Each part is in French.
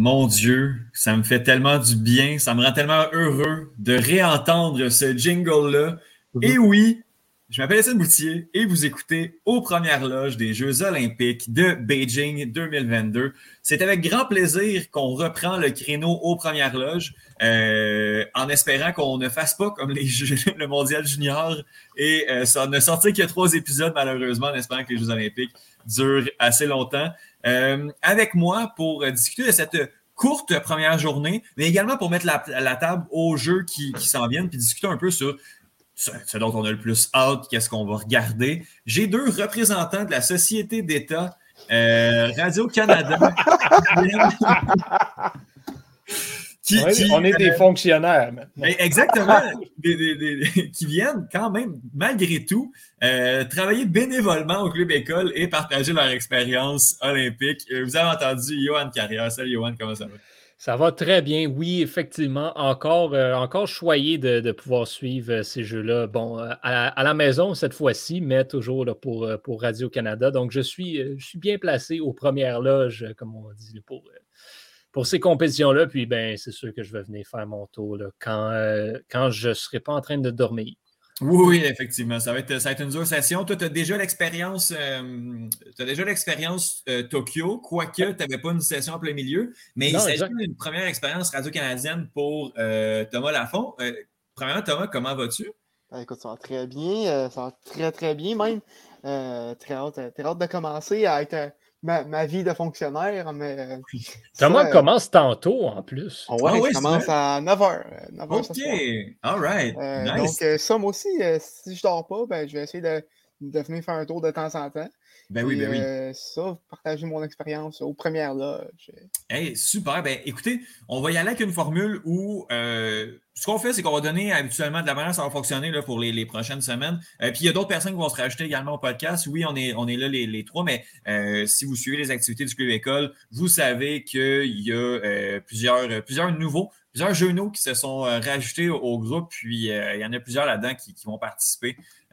Mon Dieu, ça me fait tellement du bien, ça me rend tellement heureux de réentendre ce jingle-là. Et oui, je m'appelle Étienne Boutier et vous écoutez Aux Premières Loges des Jeux Olympiques de Beijing 2022. C'est avec grand plaisir qu'on reprend le créneau Aux Premières Loges, en espérant qu'on ne fasse pas comme le Mondial Junior et ça ne sortir que 3 épisodes malheureusement, en espérant que les Jeux Olympiques durent assez longtemps. Avec moi pour discuter de cette courte première journée, mais également pour mettre la table aux jeux qui s'en viennent, puis discuter un peu sur ce dont on a le plus hâte, qu'est-ce qu'on va regarder. J'ai 2 représentants de la Société d'État Radio-Canada. On est des fonctionnaires maintenant. Exactement, qui viennent quand même, malgré tout, travailler bénévolement au Club École et partager leur expérience olympique. Vous avez entendu Yoann Carrière. Salut Yoann, comment ça va? Ça va très bien, oui, effectivement. Encore choyé de pouvoir suivre ces jeux-là. Bon, à la maison cette fois-ci, mais toujours là, pour Radio-Canada. Donc, je suis bien placé aux premières loges, comme on dit, pour ces compétitions-là. Puis, ben, c'est sûr que je vais venir faire mon tour là, quand je ne serai pas en train de dormir. Oui, effectivement. Ça va être une dure session. Toi, tu as déjà l'expérience Tokyo, quoique tu n'avais pas une session en plein milieu, mais il s'agit d'une première expérience radio-canadienne pour Thomas Lafont. Premièrement, Thomas, comment vas-tu? Écoute, ça va très bien. Ça va très, très bien même. Très hâte de commencer avec ma vie de fonctionnaire. Mais, Thomas commence tantôt en plus. Oui, je commence à 9h. OK, all right. Nice. Donc, ça, moi aussi, si je dors pas, ben, je vais essayer de venir faire un tour de temps en temps. Ben oui. Ça, partager mon expérience aux premières loges. Hey, super. Ben, écoutez, on va y aller avec une formule où ce qu'on fait, c'est qu'on va donner habituellement de la manière ça va fonctionner là, pour les prochaines semaines. Puis il y a d'autres personnes qui vont se rajouter également au podcast. Oui, on est là les 3, mais si vous suivez les activités du Club École, vous savez qu'il y a plusieurs jeunes qui se sont rajoutés au groupe. Puis il y en a plusieurs là-dedans qui vont participer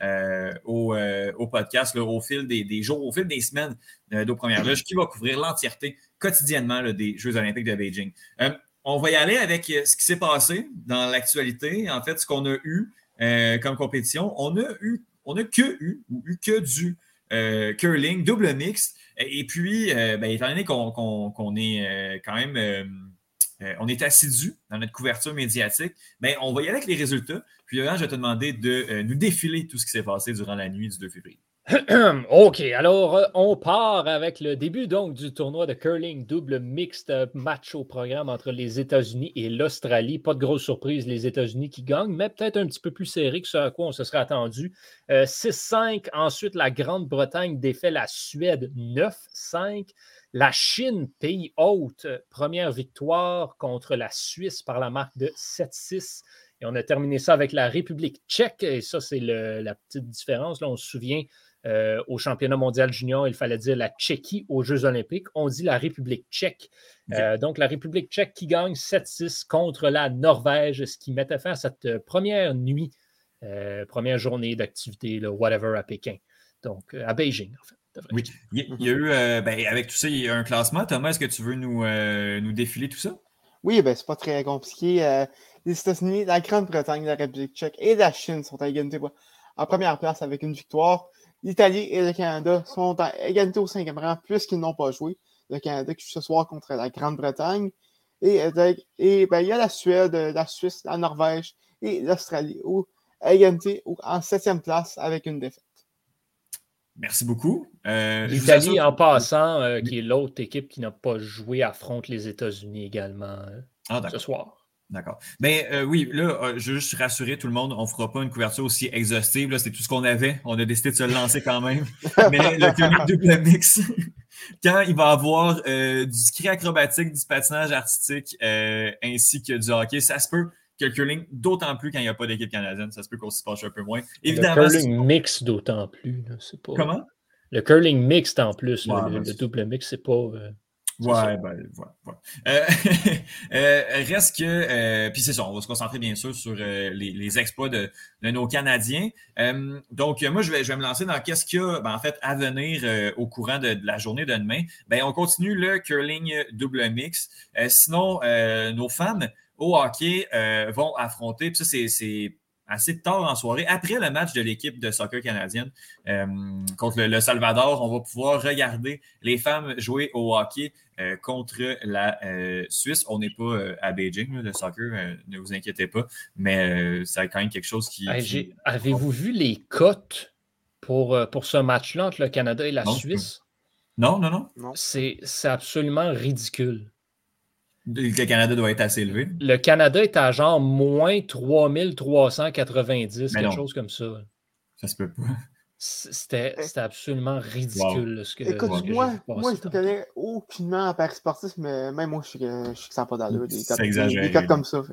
au podcast là, au fil des jours, au fil des semaines d'Aux Premières Loges, qui va couvrir l'entièreté quotidiennement là, des Jeux Olympiques de Beijing. On va y aller avec ce qui s'est passé dans l'actualité. En fait, ce qu'on a eu comme compétition, on a que du curling double mixte. Et puis, étant donné qu'on est quand même on est assidu dans notre couverture médiatique, on va y aller avec les résultats. Puis, Laurent, je vais te demander de nous défiler tout ce qui s'est passé durant la nuit du 2 février. OK, alors on part avec le début donc du tournoi de curling double mixte, match au programme entre les États-Unis et l'Australie. Pas de grosse surprise, les États-Unis qui gagnent, mais peut-être un petit peu plus serré que ce à quoi on se serait attendu. 6-5, ensuite la Grande-Bretagne défait la Suède 9-5. La Chine, pays hôte, première victoire contre la Suisse par la marque de 7-6. Et on a terminé ça avec la République tchèque, et ça c'est la petite différence. Là, on se souvient, au championnat mondial junior, il fallait dire la Tchéquie aux Jeux olympiques. On dit la République tchèque. Donc, la République tchèque qui gagne 7-6 contre la Norvège, ce qui mettait fin à cette première nuit, première journée d'activité, whatever, à Pékin. Donc, à Beijing, en fait. Oui, il y a eu, avec tout ça, il y a un classement. Thomas, est-ce que tu veux nous défiler tout ça? Oui, c'est pas très compliqué. Les États-Unis, la Grande-Bretagne, la République tchèque et la Chine sont à égalité en première place avec une victoire. L'Italie et le Canada sont à égalité au 5e rang puisqu'ils n'ont pas joué. Le Canada qui joue ce soir contre la Grande-Bretagne. Et il y a la Suède, la Suisse, la Norvège et l'Australie à égalité en 7e place avec une défaite. Merci beaucoup. L'Italie, en passant, qui est l'autre équipe qui n'a pas joué, affronte les États-Unis également ce soir. D'accord. Oui, là, je veux juste rassurer tout le monde, on ne fera pas une couverture aussi exhaustive. Là, c'est tout ce qu'on avait. On a décidé de se lancer quand même. Mais le curling double mix, quand il va y avoir du ski acrobatique, du patinage artistique, ainsi que du hockey, ça se peut que le curling, d'autant plus quand il n'y a pas d'équipe canadienne, ça se peut qu'on s'y penche un peu moins. Évidemment, le curling mix d'autant plus. Là, c'est pas... Comment? Le curling mixte en plus, le double mix, c'est pas... Ouais, ben, voilà. Reste que, puis c'est ça, on va se concentrer bien sûr sur les exploits de nos Canadiens. Donc, moi, je vais me lancer dans qu'est-ce qu'il y a, en fait, à venir au courant de la journée de demain. Ben, on continue le curling double mix. Sinon, nos femmes au hockey vont affronter, puis ça, c'est assez tard en soirée, après le match de l'équipe de soccer canadienne contre le Salvador, on va pouvoir regarder les femmes jouer au hockey contre la Suisse. On n'est pas à Beijing, là, le soccer, ne vous inquiétez pas, mais c'est quand même quelque chose qui... Avez-vous vu les cotes pour ce match-là entre le Canada et la Suisse? Non. C'est absolument ridicule. Le Canada doit être assez élevé. Le Canada est à genre moins 3390, quelque chose comme ça. Ça se peut pas. C'était absolument ridicule. Wow. Écoute, moi, je ne connais aucunement à Paris sportif, mais même moi, je sais que ça n'a pas d'allure. C'est exagéré. Des cotes comme ça.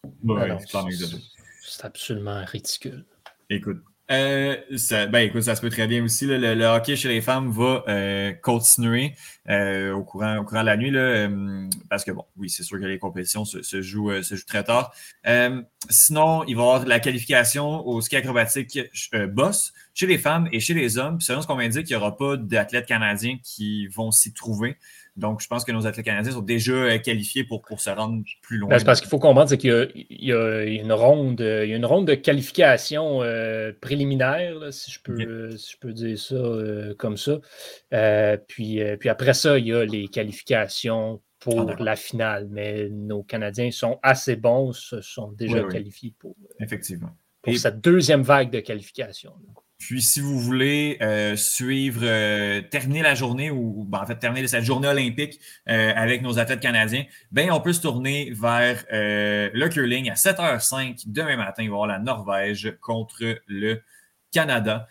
C'est absolument ridicule. Écoute. Écoute, ça se peut très bien aussi. Là, le hockey chez les femmes va continuer au courant de la nuit. Là, parce que, bon, oui, c'est sûr que les compétitions se jouent très tard. Sinon, il va y avoir la qualification au ski acrobatique boss chez les femmes et chez les hommes. Puis selon ce qu'on m'indique, il n'y aura pas d'athlètes canadiens qui vont s'y trouver. Donc, je pense que nos athlètes canadiens sont déjà qualifiés pour se rendre plus loin. C'est parce qu'il faut comprendre, c'est qu'il y a une ronde de qualification préliminaire, là, si je peux dire ça comme ça. Puis après ça, il y a les qualifications pour la finale. Mais nos Canadiens sont assez bons, se sont déjà qualifiés pour cette deuxième vague de qualification. Puis, si vous voulez terminer la journée terminer cette journée olympique avec nos athlètes canadiens, on peut se tourner vers le curling à 7h05 demain matin. Il va y avoir la Norvège contre le Canada.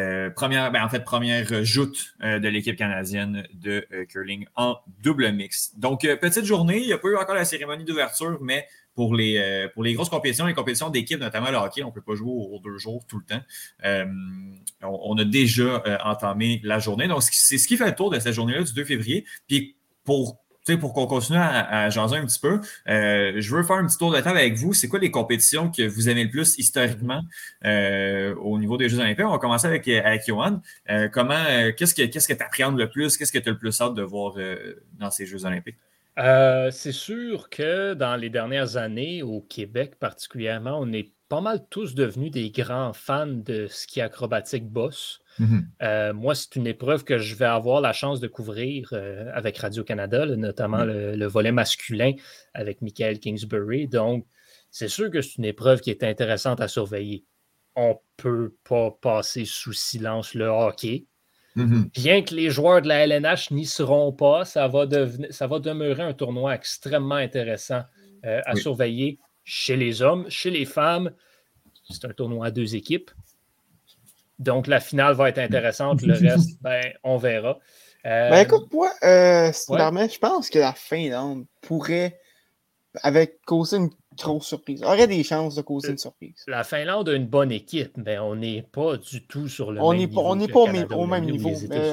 Première joute de l'équipe canadienne de curling en double mix. Donc, petite journée. Il n'y a pas eu encore la cérémonie d'ouverture, mais pour les grosses compétitions, les compétitions d'équipe, notamment le hockey, on ne peut pas jouer aux 2 jours tout le temps. On a déjà entamé la journée. Donc, c'est ce qui fait le tour de cette journée-là du 2 février. Puis, pour qu'on continue à jaser un petit peu, je veux faire un petit tour de table avec vous. C'est quoi les compétitions que vous aimez le plus historiquement au niveau des Jeux olympiques? On va commencer avec Johan. Qu'est-ce que tu appréhendes le plus? Qu'est-ce que tu as le plus hâte de voir dans ces Jeux olympiques? C'est sûr que dans les dernières années, au Québec particulièrement, on est pas mal tous devenus des grands fans de ski acrobatique boss. Moi, c'est une épreuve que je vais avoir la chance de couvrir avec Radio-Canada, notamment le volet masculin avec Michael Kingsbury. Donc, c'est sûr que c'est une épreuve qui est intéressante à surveiller. On ne peut pas passer sous silence le hockey. Bien que les joueurs de la LNH n'y seront pas, ça va demeurer un tournoi extrêmement intéressant à surveiller chez les hommes, chez les femmes. C'est un tournoi à 2 équipes. Donc, la finale va être intéressante. Le reste, on verra. Écoute, moi, je pense que la Finlande pourrait causer une grosse surprise. Aurait des chances de causer une surprise. La Finlande a une bonne équipe, mais on n'est pas du tout sur le même niveau. On n'est pas au même niveau.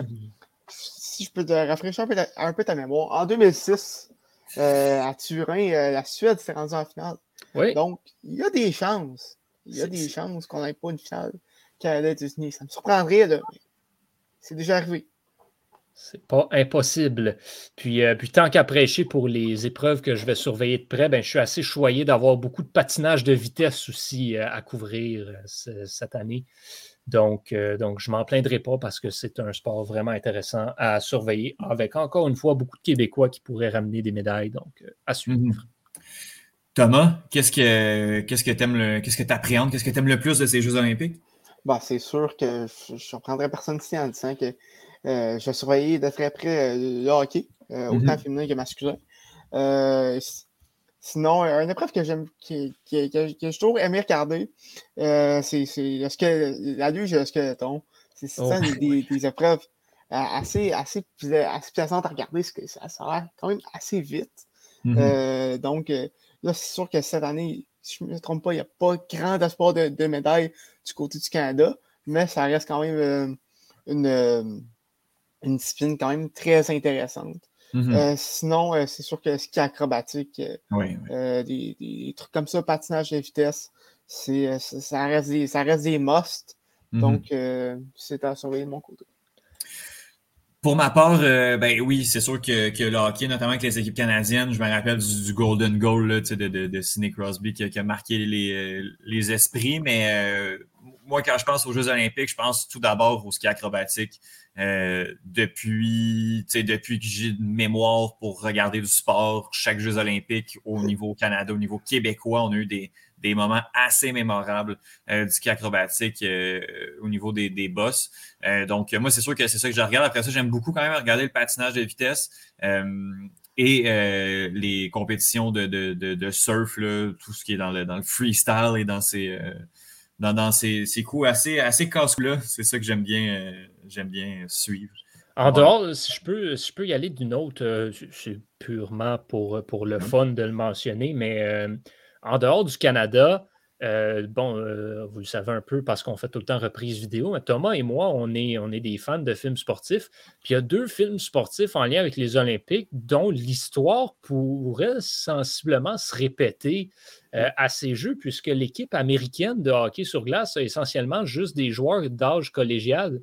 Si je peux te rafraîchir un peu ta mémoire, en 2006, à Turin, la Suède s'est rendue en finale. Oui. Donc, il y a des chances. Il y a des chances qu'on n'ait pas une finale Canada-États-Unis. Ça me surprendrait, là. C'est déjà arrivé. C'est pas impossible. Puis tant qu'à prêcher pour les épreuves que je vais surveiller de près, je suis assez choyé d'avoir beaucoup de patinage de vitesse aussi à couvrir cette année. Donc, je m'en plaindrai pas parce que c'est un sport vraiment intéressant à surveiller avec, encore une fois, beaucoup de Québécois qui pourraient ramener des médailles. Donc, à suivre. Thomas, qu'est-ce que tu appréhendes? Qu'est-ce que tu aimes le plus de ces Jeux olympiques? C'est sûr que je ne surprendrai personne ici en disant que je vais surveiller de très près le hockey, autant féminin que masculin. Sinon, une épreuve que j'aime, que j'ai toujours aimé regarder, c'est la luge et le skeleton. C'est des épreuves assez plaisantes à regarder, parce que ça a l'air quand même assez vite. Donc, là, c'est sûr que cette année, si je ne me trompe pas, il n'y a pas grand espoir de médaille du côté du Canada, mais ça reste quand même une discipline quand même très intéressante. Sinon, c'est sûr que ski acrobatique, Oui. des trucs comme ça, patinage de vitesse, ça reste des musts. Donc, c'est à surveiller de mon côté. Pour ma part, ben oui, c'est sûr que le hockey, notamment avec les équipes canadiennes, je me rappelle du Golden Goal là, de Sidney Crosby qui a marqué les esprits, mais moi, quand je pense aux Jeux olympiques, je pense tout d'abord au ski acrobatique. Depuis que j'ai une mémoire pour regarder du sport, chaque Jeux olympiques au niveau Canada, au niveau québécois, on a eu des moments assez mémorables du ski acrobatique au niveau des bosses. Donc, moi, c'est sûr que c'est ça que je regarde. Après ça, j'aime beaucoup quand même regarder le patinage de vitesse et les compétitions de surf, là, tout ce qui est dans le freestyle et dans ces coups assez casse-là. C'est ça que j'aime bien suivre. En dehors, si je peux y aller d'une autre, c'est purement pour le fun de le mentionner, mais en dehors du Canada, vous le savez un peu parce qu'on fait tout le temps reprise vidéo, mais Thomas et moi, on est des fans de films sportifs. Puis il y a 2 films sportifs en lien avec les Olympiques dont l'histoire pourrait sensiblement se répéter à ces Jeux, puisque l'équipe américaine de hockey sur glace a essentiellement juste des joueurs d'âge collégial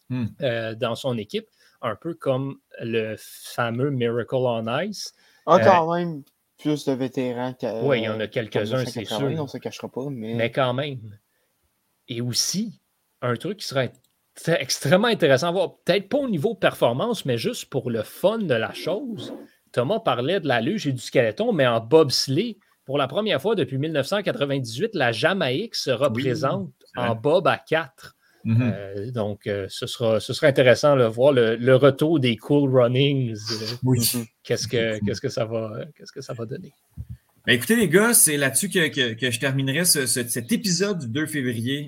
dans son équipe, un peu comme le fameux Miracle on Ice. Quand même plus de vétérans que. Oui, il y en a quelques-uns, c'est sûr. On ne se cachera pas. Mais quand même. Et aussi, un truc qui serait extrêmement intéressant à voir, peut-être pas au niveau performance, mais juste pour le fun de la chose. Thomas parlait de la luge et du skeleton, mais en bobsleigh, pour la première fois depuis 1998, la Jamaïque se représente en bob à 4. Donc, ce sera intéressant de voir le retour des Cool Runnings. Qu'est-ce que ça va donner? Ben écoutez, les gars, c'est là-dessus que je terminerai cet épisode du 2 février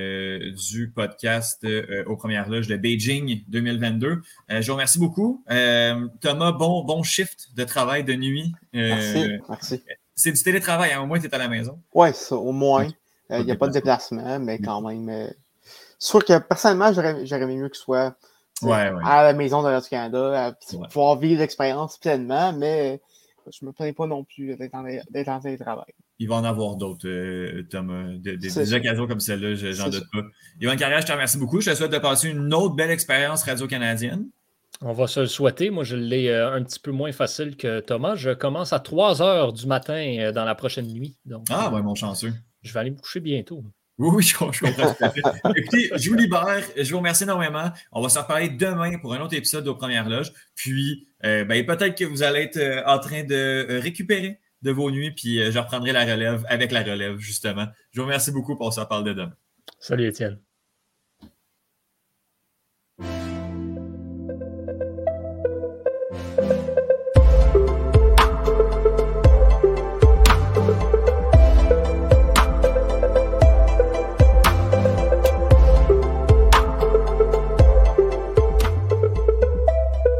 du podcast aux Premières Loges de Beijing 2022. Je vous remercie beaucoup. Thomas, bon shift de travail de nuit. Merci. C'est du télétravail, hein? Au moins, tu es à la maison. Oui, ça, au moins. Il n'y a pas de déplacement, mais quand même. C'est sûr que personnellement, j'aurais aimé mieux que ce soit à la maison de Radio-Canada, pouvoir vivre l'expérience pleinement, mais je ne me plains pas non plus d'être en télétravail. Il va en avoir d'autres, Thomas. Des occasions comme celle-là, j'en doute pas. Yvan Carrière, je te remercie beaucoup. Je te souhaite de passer une autre belle expérience radio-canadienne. On va se le souhaiter. Moi, je l'ai un petit peu moins facile que Thomas. Je commence à 3 heures du matin dans la prochaine nuit. Donc, mon chanceux. Je vais aller me coucher bientôt. Oui, je comprends tout à fait. Écoutez, je vous libère. Je vous remercie énormément. On va se reparler demain pour un autre épisode aux Premières Loges. Puis, peut-être que vous allez être en train de récupérer de vos nuits. Puis, je reprendrai la relève avec la relève, justement. Je vous remercie beaucoup. On se reparle de demain. Salut, Étienne.